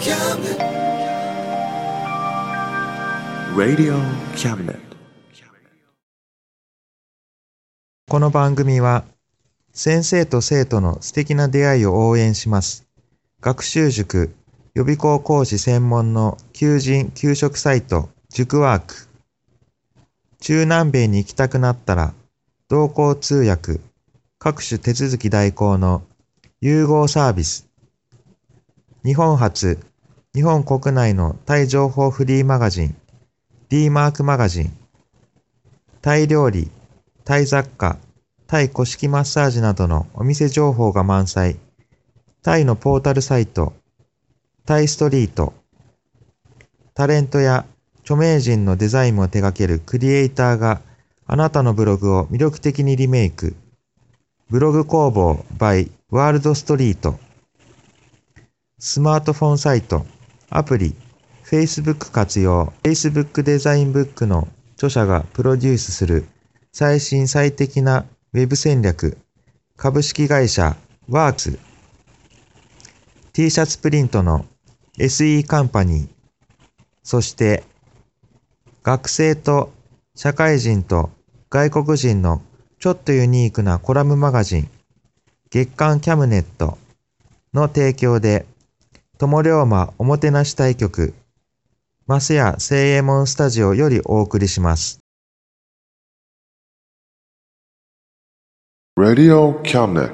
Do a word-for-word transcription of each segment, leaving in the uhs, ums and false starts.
Radio Cabinet。 この番組は先生と生徒の素敵な出会いを応援します。学習塾予備校講師専門の求人・給食サイト塾ワーク。中南米に行きたくなったら同行通訳、各種手続き代行の融合サービス。日本初、日本国内のタイ情報フリーマガジン D マークマガジン。タイ料理、タイ雑貨、タイ古式マッサージなどのお店情報が満載。タイのポータルサイト、タイストリート。タレントや著名人のデザインも手掛けるクリエイターがあなたのブログを魅力的にリメイク。ブログ工房 by ワールドストリート。スマートフォンサイト、アプリ、Facebook 活用。Facebook デザインブックの著者がプロデュースする最新最適なウェブ戦略。株式会社ワークス。T シャツプリントの エスイー カンパニー。そして学生と社会人と外国人のちょっとユニークなコラムマガジン月刊キャムネットの提供で友龍馬おもてなし対局増屋清右衛門スタジオよりお送りします。 Radio Cabinet。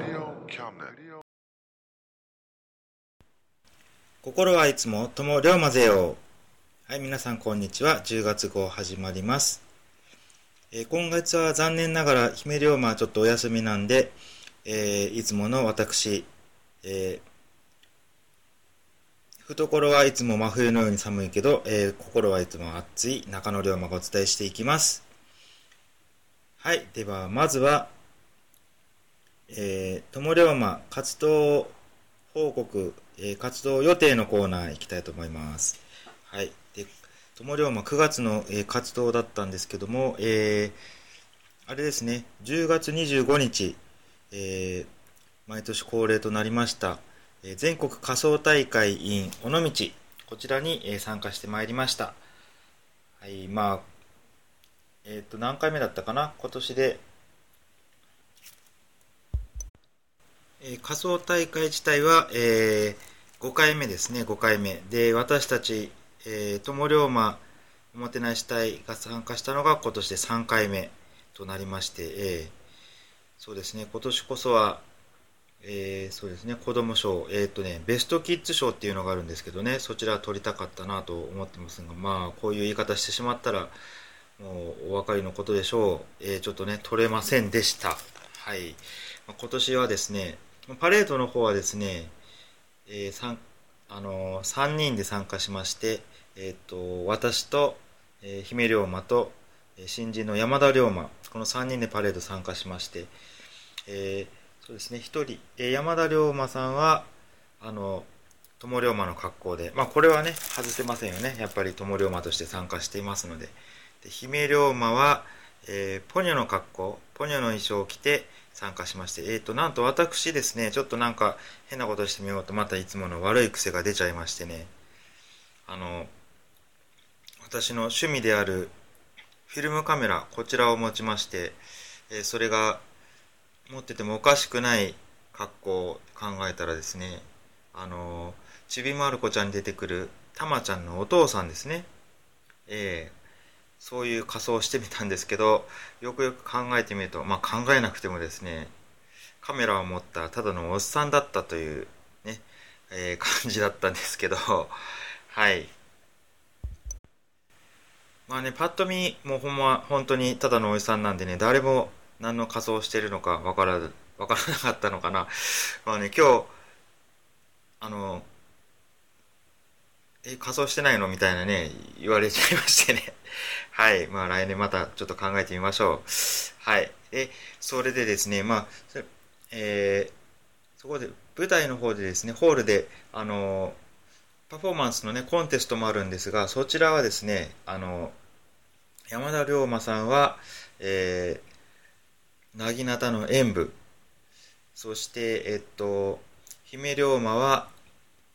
心はいつも友龍馬ぜよ。はい、皆さんこんにちは。じゅうがつ号始まります。えー、今月は残念ながら姫龍馬はちょっとお休みなんで、えー、いつもの私、えー懐はいつも真冬のように寒いけど、えー、心はいつも暑い中野龍馬がお伝えしていきます。はい、ではまずは、えー、友龍馬活動報告、えー、活動予定のコーナー行きたいと思います。はい、で友龍馬くがつの、えー、活動だったんですけども、えー、あれですね、じゅうがつにじゅうごにち、えー、毎年恒例となりました全国仮装大会 in 尾道、こちらに参加してまいりました。はい、まあ、えっと、何回目だったかな、今年で。えー、仮装大会自体は、えー、ごかいめですね、ごかいめ。で、私たち、えー、友龍馬おもてなし隊が参加したのが今年でさんかいめとなりまして、えー、そうですね、今年こそは、えー、そうですね、子供賞、えー、っとね、ベストキッズ賞っていうのがあるんですけどね、そちら取りたかったなと思ってますが、まあ、こういう言い方してしまったら、もうお分かりのことでしょう。えー、ちょっとね、取れませんでした。はい。今年はですね、パレードの方はですね、えー、さん、あのー、さんにんで参加しまして、えー、っと、私と、えー、姫龍馬と、新人の山田龍馬、このさんにんでパレード参加しまして、えーそうですね、ひとり、えー、山田龍馬さんはあの友龍馬の格好で、まあこれはね外せませんよね、やっぱり友龍馬として参加していますので。で姫龍馬は、えー、ポニョの格好、ポニョの衣装を着て参加しまして、えーとなんと私ですね、ちょっとなんか変なことしてみようとまたいつもの悪い癖が出ちゃいましてね、あの私の趣味であるフィルムカメラ、こちらを持ちまして、えー、それが持っててもおかしくない格好を考えたらですね、あのちびまる子ちゃんに出てくるたまちゃんのお父さんですね、えー、そういう仮装をしてみたんですけど、よくよく考えてみると、まあ考えなくてもですね、カメラを持ったただのおっさんだったというね、えー、感じだったんですけどはい、まあね、パッと見もうほんま本当にただのおじさんなんでね、誰も何の仮装をしているのかわからずわからなかったのかな。まあね、今日あのえ仮装してないのみたいなね言われちゃいましてねはい、まあ来年またちょっと考えてみましょう。はい、でそれでですね、まあえー、そこで舞台の方でですね、ホールであのパフォーマンスのねコンテストもあるんですが、そちらはですね、あの山田龍馬さんは、えー、なぎなたの演舞、そしてえっと姫龍馬は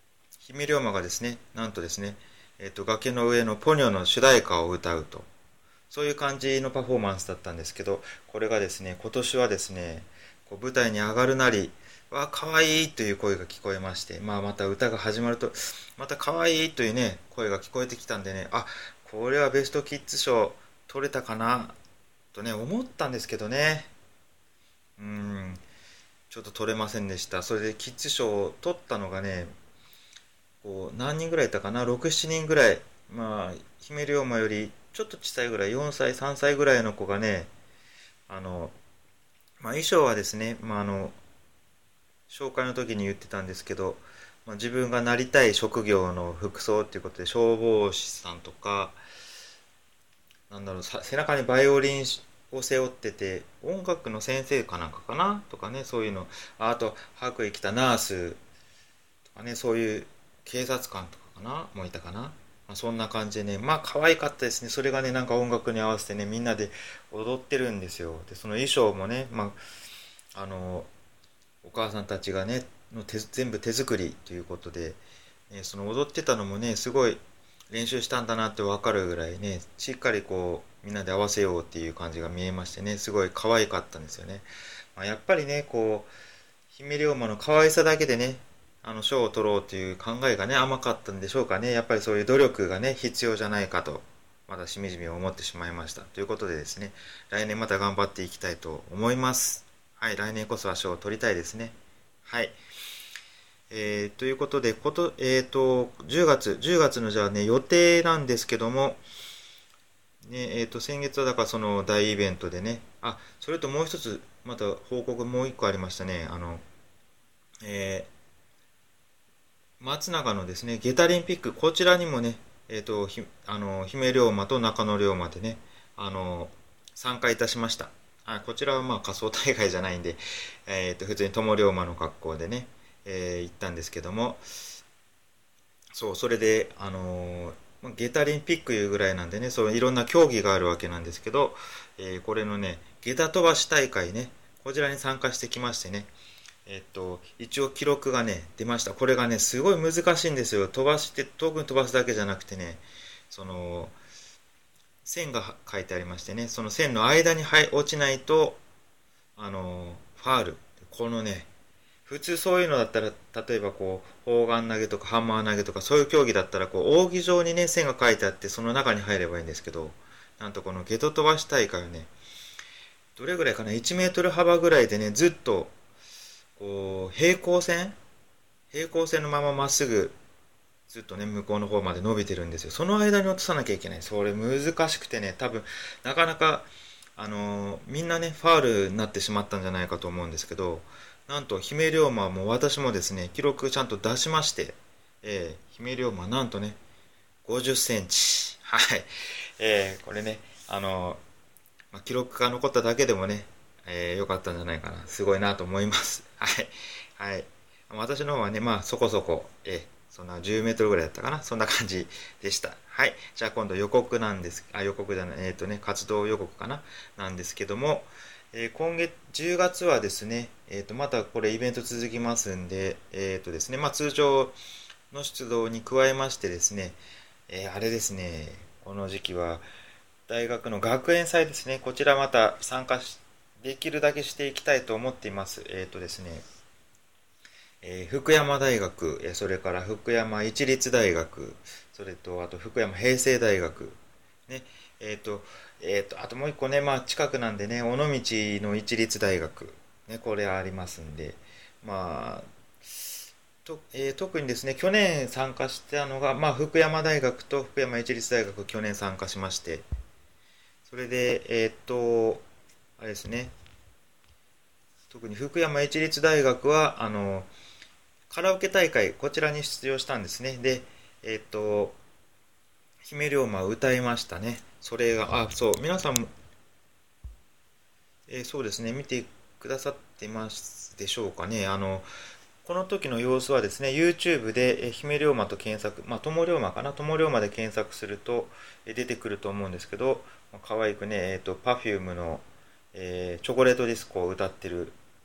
姫龍馬がですね、なんとですね、えっと、崖の上のポニョの主題歌を歌うと。そういう感じのパフォーマンスだったんですけど、これがですね、今年はですね、こう舞台に上がるなり、わ、可愛いという声が聞こえまして、まあまた歌が始まると、また可愛いというね、声が聞こえてきたんでね、あ、これはベストキッズ賞取れたかな、とね、思ったんですけどね。うーん、ちょっと取れませんでした。それでキッズ賞を取ったのがね、こう何人ぐらいいたかな、ろく、しちにんぐらい、まあ、姫龍馬よりちょっと小さいぐらい、よんさい、さんさいぐらいの子がね、あの、まあ、衣装はですね、まあ、あの、紹介の時に言ってたんですけど、まあ、自分がなりたい職業の服装っていうことで、消防士さんとか、なんだろう、さ背中にバイオリンを背負ってて、音楽の先生かなんかかなとかね、そういうの、ああと、白衣着たナースとかね、そういう警察官とかかなもういたかな、まあ、そんな感じでね、まあ可愛かったですね。それがね、なんか音楽に合わせてね、みんなで踊ってるんですよ。で、その衣装もね、まあ、あの、お母さんたちがね、の手全部手作りということで、ね、その踊ってたのもね、すごい練習したんだなってわかるぐらいね、しっかりこう、みんなで合わせようっていう感じが見えましてね、すごい可愛かったんですよね。まあ、やっぱりね、こう、姫龍馬の可愛さだけでね、あの賞を取ろうという考えがね、甘かったんでしょうかね。やっぱりそういう努力がね、必要じゃないかと、まだしみじみ思ってしまいました。ということでですね、来年また頑張っていきたいと思います。はい、来年こそは賞を取りたいですね。はい。えー、ということで、こと、えーと、じゅうがつ、じゅうがつのじゃあね、予定なんですけども、ね、えーと、先月はだからその大イベントでね、あ、それともう一つ、また報告もう一個ありましたね。あの、えー松永のですね、ゲタリンピック、こちらにもね、えっ、と、ひ、あの、姫龍馬と中野龍馬でね、あの、参加いたしました。あ、こちらはまあ仮想大会じゃないんで、えっ、と、普通に友龍馬の格好でね、えー行ったんですけども、そう、それで、あのまあゲタリンピックいうぐらいなんでね、そういろんな競技があるわけなんですけど、えーこれのね、ゲタ飛ばし大会ね、こちらに参加してきましてね、えっと、一応記録がね、出ました。これがね、すごい難しいんですよ。飛ばして、遠くに飛ばすだけじゃなくてね、その、線が書いてありましてね、その線の間に入落ちないと、あの、ファール。このね、普通そういうのだったら、例えばこう、砲丸投げとかハンマー投げとか、そういう競技だったら、こう、扇状にね、線が書いてあって、その中に入ればいいんですけど、なんとこのゲト飛ばし大会はね、どれぐらいかな、いちメートル幅ぐらいでね、ずっと、こう、平行線平行線のまままっすぐずっとね向こうの方まで伸びてるんですよ。その間に落とさなきゃいけない。それ難しくてね、多分なかなかあのーみんなねファールになってしまったんじゃないかと思うんですけど、なんと姫龍馬も私もですね記録ちゃんと出しまして、えー、姫龍馬なんとねごじゅっセンチ、はい、えー、これねあのーまあ、記録が残っただけでもね、えー、良かったんじゃないかな、すごいなと思います。はいはい。私の方はね、まあそこそこ、えーそんなじゅうメートルぐらいだったかな。そんな感じでした。はい。じゃあ今度予告なんです。あ、予告じゃない。えっ、ー、とね、活動予告かな。なんですけども、えー今月、じゅうがつはですね、えっ、と、またこれイベント続きますんで、えっ、とですね、まあ通常の出動に加えましてですね、えーあれですね、この時期は大学の学園祭ですね。こちらまた参加し、できるだけしていきたいと思っています。えっ、とですね、えー福山大学、えーそれから福山一律大学、それとあと福山平成大学、ね、えっ、と、えっ、と、あともう一個ね、まあ近くなんでね、尾道の一律大学、ね、これありますんで、まあ、と、えー特にですね、去年参加したのが、まあ福山大学と福山一律大学、去年参加しまして、それで、えっ、と、あれですね、特に福山一律大学は、あの、カラオケ大会、こちらに出場したんですね。で、えっと、姫龍馬を歌いましたね。それが、あ、そう、皆さんも、えーそうですね、見てくださってますでしょうかね。あの、この時の様子はですね、YouTube で、えー姫龍馬と検索、まあ、友龍馬かな、友龍馬で検索すると、えー出てくると思うんですけど、まあ可愛くね、えっと、Perfume の、えーチョコレートディスコを歌ってる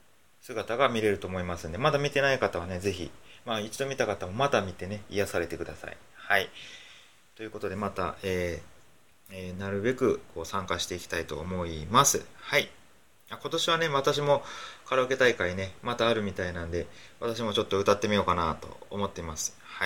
姿が見れると思いますんで、まだ見てない方はね、ぜひ、まあ一度見た方もまた見てね、癒されてください。はい。ということで、また、えーえー、なるべくこう参加していきたいと思います。はい。今年はね、私もカラオケ大会ね、またあるみたいなんで、私もちょっと歌ってみようかなと思っています。はい。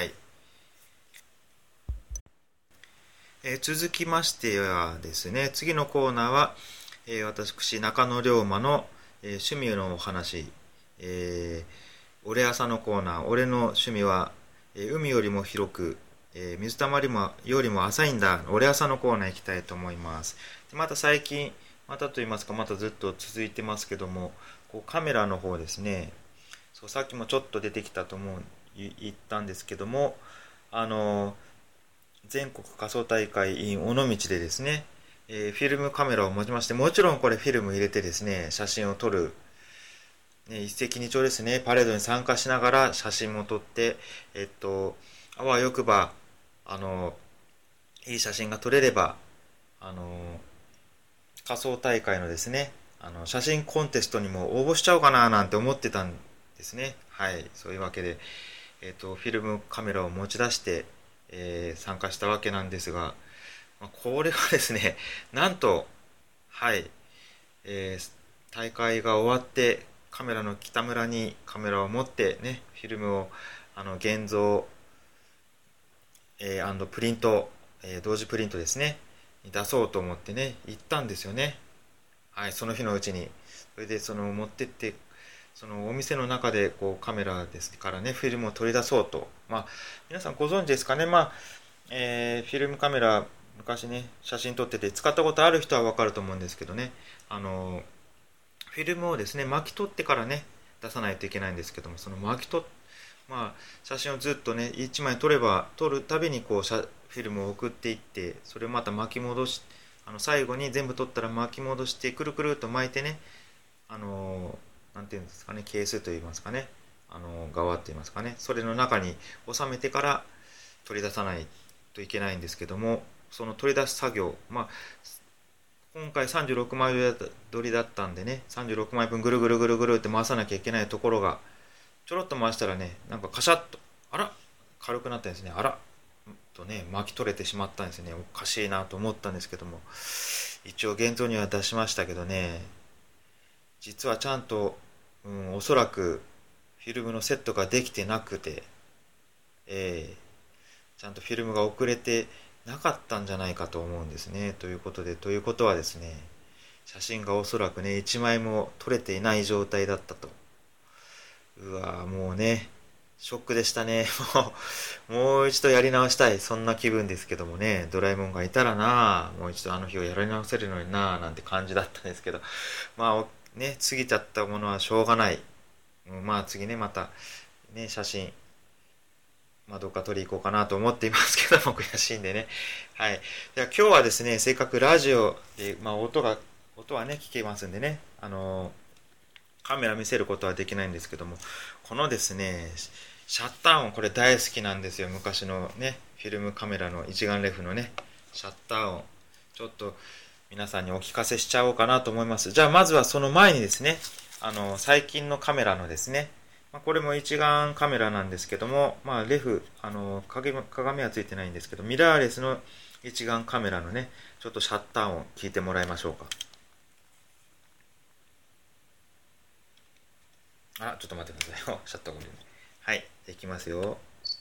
えー、続きましてはですね、次のコーナーは、えー、私、中野龍馬の、えー、趣味のお話、えー、俺朝のコーナー、俺の趣味は、えー、海よりも広く、えー、水たまりもよりも浅いんだ、俺朝のコーナー行きたいと思います。でまた最近、またと言いますか、またずっと続いてますけども、こうカメラの方ですね、そうさっきもちょっと出てきたと思う、言ったんですけども、あのー、全国仮装大会 in 尾道でですね、えー、フィルムカメラを持ちまして、もちろんこれフィルム入れてですね、写真を撮る、ね、一石二鳥ですね。パレードに参加しながら写真も撮って、えっと、あわよくば、あの、いい写真が撮れれば、あの、仮装大会のですね、あの、写真コンテストにも応募しちゃおうかななんて思ってたんですね。はい、そういうわけで、えっと、フィルムカメラを持ち出して、えー、参加したわけなんですが、これがですね、なんと、はい、えー、大会が終わってカメラの北村にカメラを持ってね、フィルムをあの現像、えー、プリント、えー、同時プリントですね、に出そうと思ってね、行ったんですよね。はい、その日のうちに。それでその持ってって、そのお店の中でこうカメラですからね、フィルムを取り出そうと。まあ、皆さんご存知ですかね、まあ、えー、フィルムカメラ、昔ね、写真撮ってて使ったことある人はわかると思うんですけどね、あの、フィルムをですね、巻き取ってからね、出さないといけないんですけども、その巻き取っ、まあ、写真をずっとね、いちまい撮れば、撮るたびにこう、フィルムを送っていって、それをまた巻き戻し、あの、最後に全部撮ったら巻き戻して、くるくるっと巻いてね、あの、なんていうんですかね、ケースといいますかね、あの、側といいますかね、それの中に収めてから取り出さないといけないんですけども、その取り出す作業、まあ、今回さんじゅうろくまい撮りだったんでね、さんじゅうろくまいぶんぐるぐるぐるぐるって回さなきゃいけないところが、ちょろっと回したらね、なんかカシャッと、あら軽くなったんですね。あらとね、巻き取れてしまったんですね。おかしいなと思ったんですけども、一応現像には出しましたけどね、実はちゃんと、うん、おそらくフィルムのセットができてなくて、えー、ちゃんとフィルムが遅れてなかったんじゃないかと思うんですね。ということで、ということはですね、写真がおそらくね、いちまいも撮れていない状態だったと。うわぁ、もうね、ショックでしたね。もう、もう一度やり直したい。そんな気分ですけどもね、ドラえもんがいたらなぁ、もう一度あの日をやり直せるのになぁ、なんて感じだったんですけど、まあ、ね、過ぎちゃったものはしょうがない。うん、まあ次ね、また、ね、写真、まあ、どっか撮り行こうかなと思っていますけども、悔しいんでね。はい。では今日はですね、せっかくラジオで、まあ音が、音はね、聞けますんでね、あのー、カメラ見せることはできないんですけども、このですね、シャッター音、これ大好きなんですよ。昔のね、フィルムカメラの一眼レフのね、シャッター音。ちょっと皆さんにお聞かせしちゃおうかなと思います。じゃあまずはその前にですね、あの、最近のカメラのですね、これも一眼カメラなんですけども、まあ、レフ、あの鏡、鏡はついてないんですけど、ミラーレスの一眼カメラのね、ちょっとシャッター音聞いてもらいましょうか。あ、ちょっと待ってくださいよ。シャッター音で、ね。はい、いきますよ。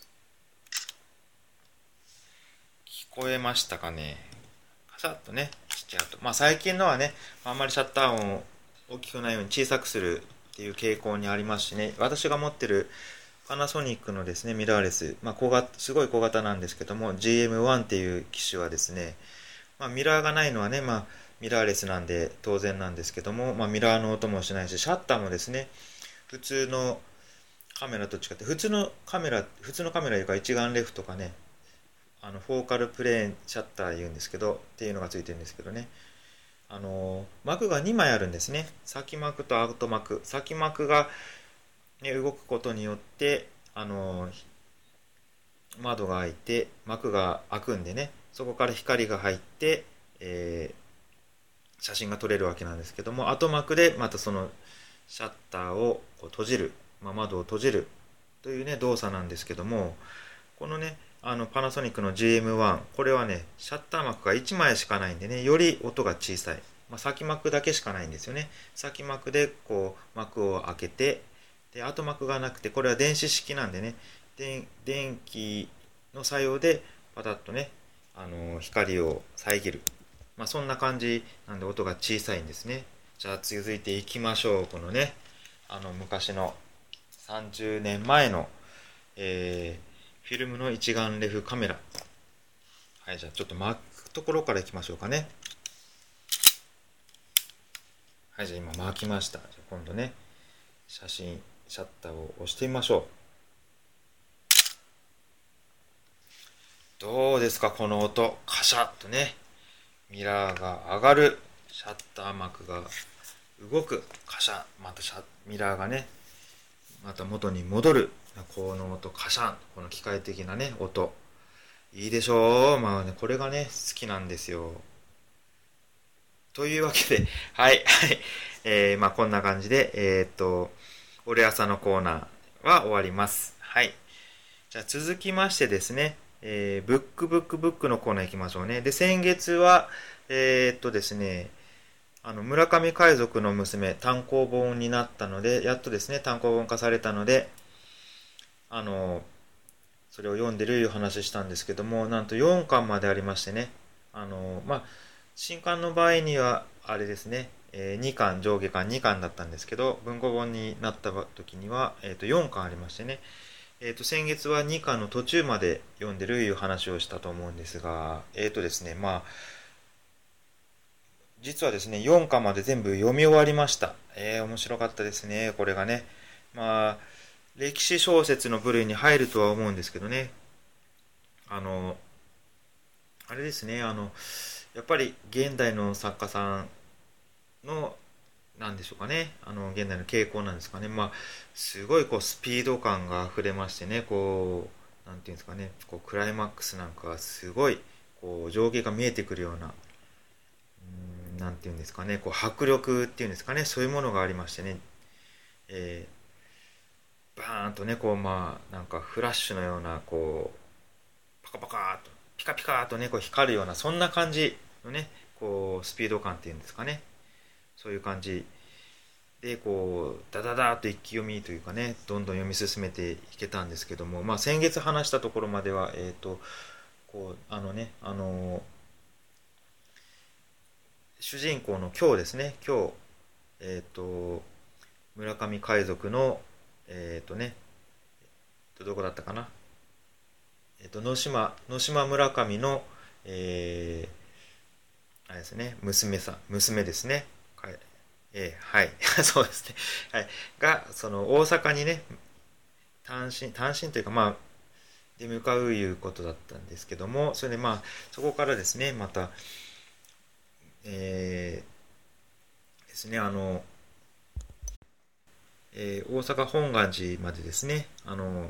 聞こえましたかね。カサッとね、ちっちゃいと。まあ、最近のはね、あんまりシャッター音を大きくないように小さくするっていう傾向にありますしね、私が持ってるパナソニックのですね、ミラーレス、まあ、小型、すごい小型なんですけども、ジーエムワン っていう機種はですね、まあ、ミラーがないのはね、まあ、ミラーレスなんで当然なんですけども、まあ、ミラーの音もしないし、シャッターもですね、普通のカメラと違って、普通のカメラ、普通のカメラいうか一眼レフとかね、あのフォーカルプレーンシャッター言うんですけど、っていうのがついてるんですけどね、あの膜がにまいあるんですね。先膜と後膜。先膜が、ね、動くことによって、あの窓が開いて膜が開くんでね、そこから光が入って、えー、写真が撮れるわけなんですけども、後膜でまたそのシャッターをこう閉じる、まあ、窓を閉じるというね動作なんですけども、このねあのパナソニックの ジーエムワン、 これはねシャッター幕がいちまいしかないんでね、より音が小さい、まあ、先幕だけしかないんですよね。先幕でこう幕を開けて、で後幕がなくて、これは電子式なんでね、電電気の作用でパタッとねあの光を遮る、まあ、そんな感じなんで音が小さいんですね。じゃあ続いていきましょう。このねあの昔のさんじゅうねんまえの、えー、フィルムの一眼レフカメラ。はい、じゃあちょっと巻くところからいきましょうかね。はい、じゃあ今巻きました。じゃあ今度ね写真シャッターを押してみましょう。どうですかこの音、カシャッとねミラーが上がる、シャッター幕が動く、カシャッ、またシャミラーがねまた元に戻る、この音カシャン、この機械的なね音いいでしょう。まあねこれがね好きなんですよ。というわけではいはい、えー、まあこんな感じでえー、っと俺朝のコーナーは終わります。はい、じゃあ続きましてですね、えー、ブックブックブックのコーナー行きましょうね。で先月はえー、っとですねあの村上海賊の娘単行本になったので、やっとですね単行本化されたので、あのそれを読んでるいう話したんですけども、なんとよんかんまでありましてね、あのまあ新刊の場合にはあれですね、えー、にかん上下巻にかんだったんですけど、文庫本になった時には、えー、とよんかんありましてね、えー、と先月はにかんの途中まで読んでるいう話をしたと思うんですが、えっ、ー、とですねまあ実はですねよんかんまで全部読み終わりました。えー、面白かったですねこれがね。まあ歴史小説の部類に入るとは思うんですけどね、あのあれですね、あのやっぱり現代の作家さんのなんでしょうかね、あの現代の傾向なんですかね。まあすごいこうスピード感が溢れましてね、こうなんていうんですかね、こうクライマックスなんかすごいこう情景が見えてくるような、うーんなんていうんですかね、こう迫力っていうんですかね、そういうものがありましてね、えー、バーンとねこうまあなんかフラッシュのようなこうパカパカーとピカピカーとねこう光るような、そんな感じのねこうスピード感っていうんですかね、そういう感じでこうダダダーと一気読みというかね、どんどん読み進めていけたんですけども、まあ先月話したところまではえっ、ー、とこうあのねあのー、主人公の今日ですね、今日えっ、ー、と村上海賊のえっ、ー、とねどこだったかな、えっ、ー、と野島野島村上のえー、あれですね娘さん娘ですね、えー、はいそうですね、はい、がその大阪にね単身単身というかまあで向かういうことだったんですけども、それでまあそこからですねまたえー、ですねあの、えー、大阪本願寺までですねあの、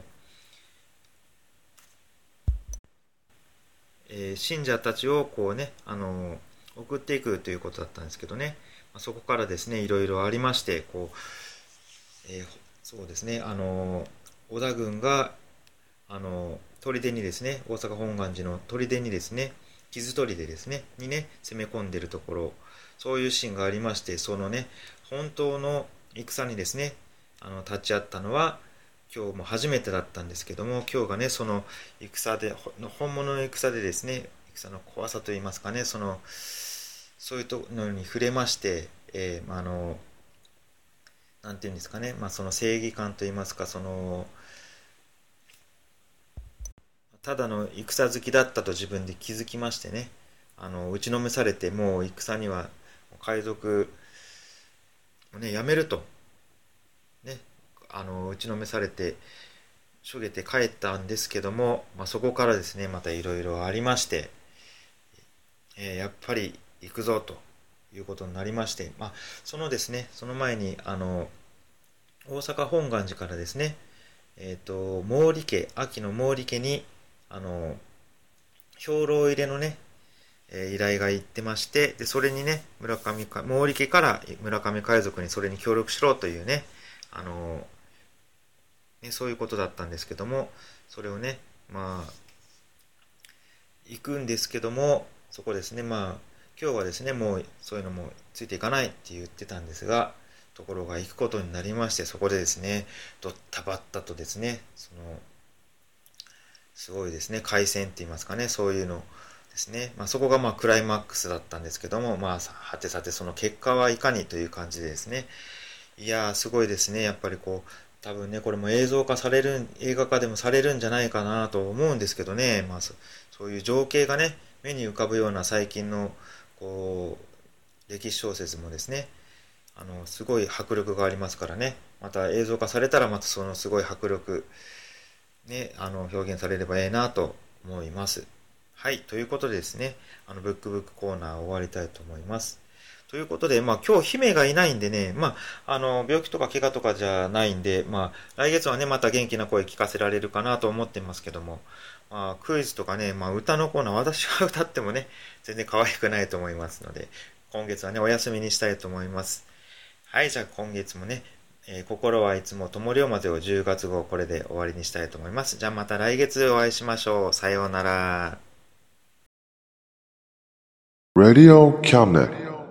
えー、信者たちをこうねあの送っていくということだったんですけどね、そこからですねいろいろありまして、こう、えー、そうですねあの織田軍があの砦にですね、大阪本願寺の砦にですね、傷砦ですねにね攻め込んでいるところ、そういうシーンがありまして、そのね本当の戦にですねあの立ち会ったのは今日も初めてだったんですけども、今日がねその戦で本物の戦でですね、戦の怖さといいますかね、そのそういうのに触れまして、えー、あのなんていうんですかね、まあ、その正義感といいますか、そのただの戦好きだったと自分で気づきましてね、あの打ちのめされて、もう戦には海賊をねやめるとね、あの打ちのめされてしょげて帰ったんですけども、まあ、そこからですねまたいろいろありまして、えー、やっぱり行くぞということになりまして、まあ、そのですねその前にあの大阪本願寺からですね、えーと毛利家、秋の毛利家にあの兵糧入れのねえー依頼が行ってまして、で、それにね、村上か、毛利家から村上海賊にそれに協力しろというね、あのーね、そういうことだったんですけども、それをね、まあ、行くんですけども、そこですね、まあ、今日はですね、もうそういうのもついていかないって言ってたんですが、ところが行くことになりまして、そこでですね、ドッタバッタとですね、その、すごいですね、海戦って言いますかね、そういうのですね、まあ、そこがまあクライマックスだったんですけども、まあ、はてさてその結果はいかにという感じでですね、いやー、すごいですね、やっぱりこう、多分ね、これも映像化される、映画化でもされるんじゃないかなと思うんですけどね、まあ、そそういう情景がね、目に浮かぶような最近の、こう、歴史小説もですね、あの、すごい迫力がありますからね、また映像化されたらまたそのすごい迫力、ね、あの、表現されればええなと思います。はい、ということでですね、あの、ブックブックコーナー終わりたいと思います。ということで、まあ今日姫がいないんでね、まあ、あの、病気とか怪我とかじゃないんで、まあ、来月はね、また元気な声聞かせられるかなと思ってますけども、まあ、クイズとかね、まあ歌のコーナー、私が歌ってもね、全然可愛くないと思いますので、今月はね、お休みにしたいと思います。はい、じゃあ今月もね、えー心はいつも友龍馬ぜをじゅうがつ号これで終わりにしたいと思います。じゃあまた来月お会いしましょう。さようなら。 Radio Cabinet.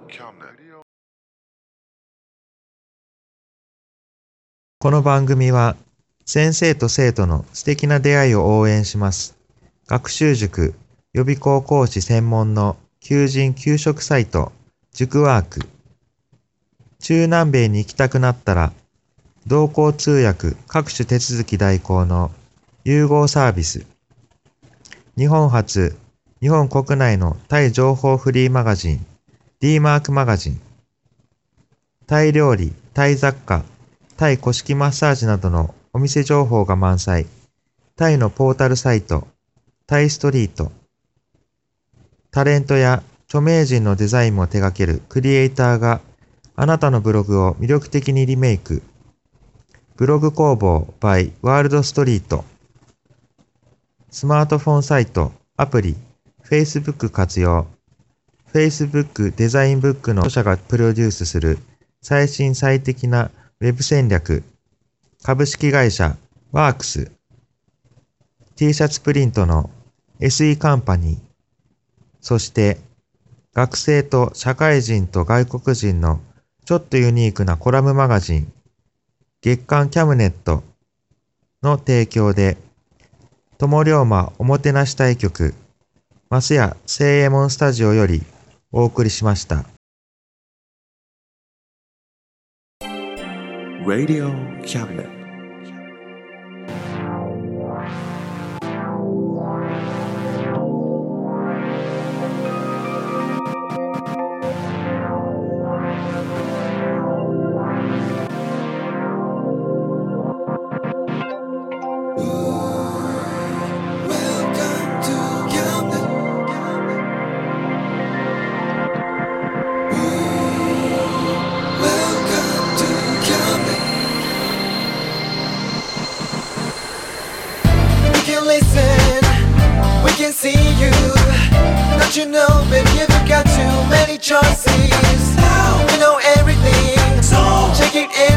この番組は先生と生徒の素敵な出会いを応援します。学習塾予備校講師専門の求人・求職サイト塾ワーク。中南米に行きたくなったら同行通訳各種手続き代行の融合サービス。日本初、日本国内のタイ情報フリーマガジン D マークマガジン。タイ料理、タイ雑貨、タイ古式マッサージなどのお店情報が満載。タイのポータルサイト、タイストリート。タレントや著名人のデザインも手掛けるクリエイターがあなたのブログを魅力的にリメイク。ブログ工房 by ワールドストリート。スマートフォンサイト、アプリ、Facebook 活用。Facebook デザインブックの著者がプロデュースする最新最適なウェブ戦略。株式会社ワークス。T シャツプリントの エスイー カンパニー。そして学生と社会人と外国人のちょっとユニークなコラムマガジン月刊キャムネットの提供で友龍馬おもてなし対局増屋正右衛門スタジオよりお送りしました。 Radio Cabinet. You know, baby, you've got too many choices. You know everything, so check it out.